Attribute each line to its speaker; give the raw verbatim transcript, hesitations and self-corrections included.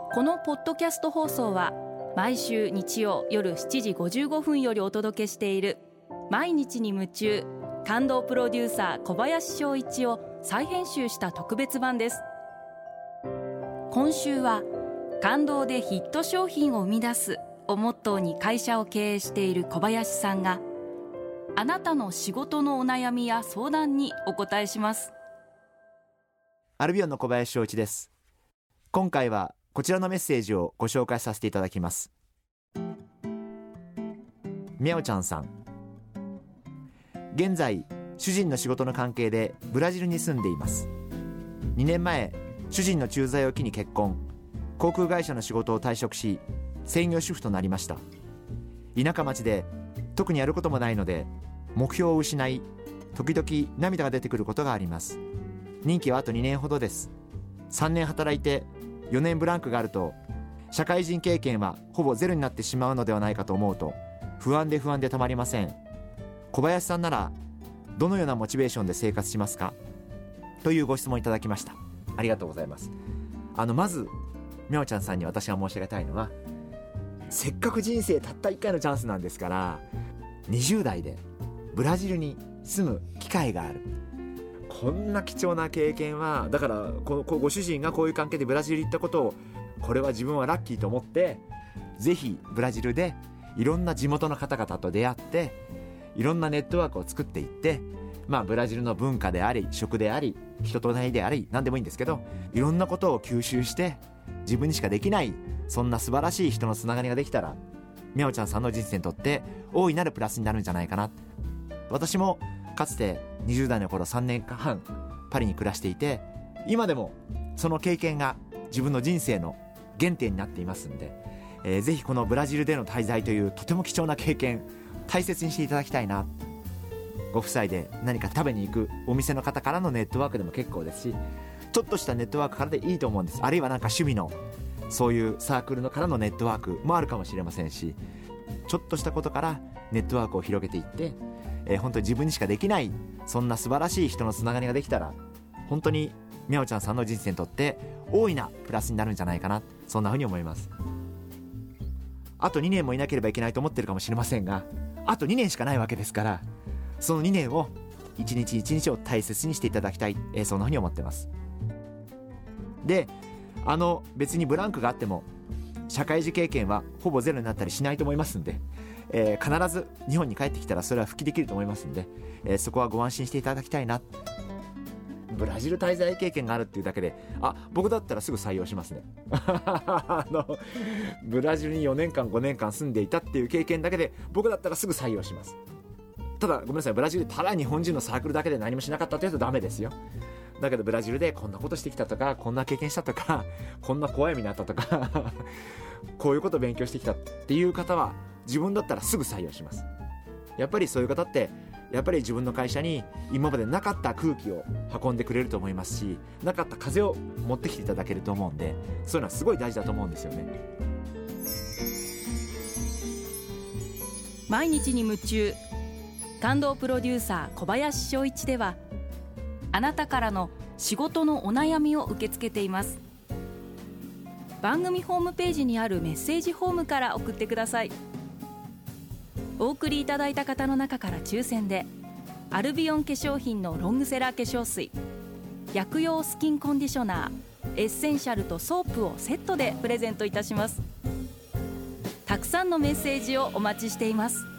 Speaker 1: このポッドキャスト放送は毎週日曜夜しちじごじゅうごふんよりお届けしている毎日に夢中感動プロデューサー小林翔一を再編集した特別版です。今週は感動でヒット商品を生み出すをモットーに会社を経営している小林さんがあなたの仕事のお悩みや相談にお答えします。
Speaker 2: アルビオンの小林翔一です。今回はこちらのメッセージをご紹介させていただきます。みゃおちゃんさん、現在主人の仕事の関係でブラジルに住んでいます。にねんまえ主人の駐在を機に結婚、航空会社の仕事を退職し専業主婦となりました。田舎町で特にやることもないので目標を失い、時々涙が出てくることがあります。任期はあとにねんほどです。さんねん働いてよねんブランクがあると社会人経験はほぼゼロになってしまうのではないかと思うと不安で不安でたまりません。小林さんならどのようなモチベーションで生活しますか、というご質問いただきました。ありがとうございます。あのまずみゃおちゃんさんに私が申し上げたいのは、せっかく人生たったいっかいのチャンスなんですから、にじゅう代でブラジルに住む機会がある、こんな貴重な経験は、だからここご主人がこういう関係でブラジルに行ったことを、これは自分はラッキーと思って、ぜひブラジルでいろんな地元の方々と出会っていろんなネットワークを作っていって、まあブラジルの文化であり食であり人となりであり何でもいいんですけど、いろんなことを吸収して自分にしかできないそんな素晴らしい人のつながりができたら、みゃおちゃんさんの人生にとって大いなるプラスになるんじゃないかな。私もかつてにじゅう代の頃さんねんはんパリに暮らしていて、今でもその経験が自分の人生の原点になっていますんで、えー、ぜひこのブラジルでの滞在というとても貴重な経験大切にしていただきたいな。ご夫妻で何か食べに行くお店の方からのネットワークでも結構ですし、ちょっとしたネットワークからでいいと思うんです。あるいはなんか趣味のそういうサークルのからのネットワークもあるかもしれませんし、ちょっとしたことからネットワークを広げていって、えー、本当に自分にしかできないそんな素晴らしい人のつながりができたら、本当にみゃおちゃんさんの人生にとって大いなプラスになるんじゃないかな、そんなふうに思います。あとにねんもいなければいけないと思ってるかもしれませんが、あとにねんしかないわけですから、そのにねんを一日一日を大切にしていただきたい、えー、そんなふうに思ってます。で、あの別にブランクがあっても社会人経験はほぼゼロになったりしないと思いますんで、えー、必ず日本に帰ってきたらそれは復帰できると思いますんで、えー、そこはご安心していただきたいな。ブラジル滞在経験があるっていうだけで、あ、僕だったらすぐ採用しますねあのブラジルによねんかんごねんかん住んでいたっていう経験だけで僕だったらすぐ採用します。ただごめんなさい、ブラジルでただ日本人のサークルだけで何もしなかったというとダメですよ。だけどブラジルでこんなことしてきたとか、こんな経験したとか、こんな怖い目にあったとかこういうことを勉強してきたっていう方は自分だったらすぐ採用します。やっぱりそういう方ってやっぱり自分の会社に今までなかった空気を運んでくれると思いますし、なかった風を持ってきていただけると思うんで、そういうのはすごい大事だと思うんですよね。
Speaker 1: 毎日に夢中感動プロデューサー小林翔一では、あなたからの仕事のお悩みを受け付けています。番組ホームページにあるメッセージフォームから送ってください。お送りいただいた方の中から抽選でアルビオン化粧品のロングセラー化粧水、薬用スキンコンディショナー、エッセンシャルとソープをセットでプレゼントいたします。たくさんのメッセージをお待ちしています。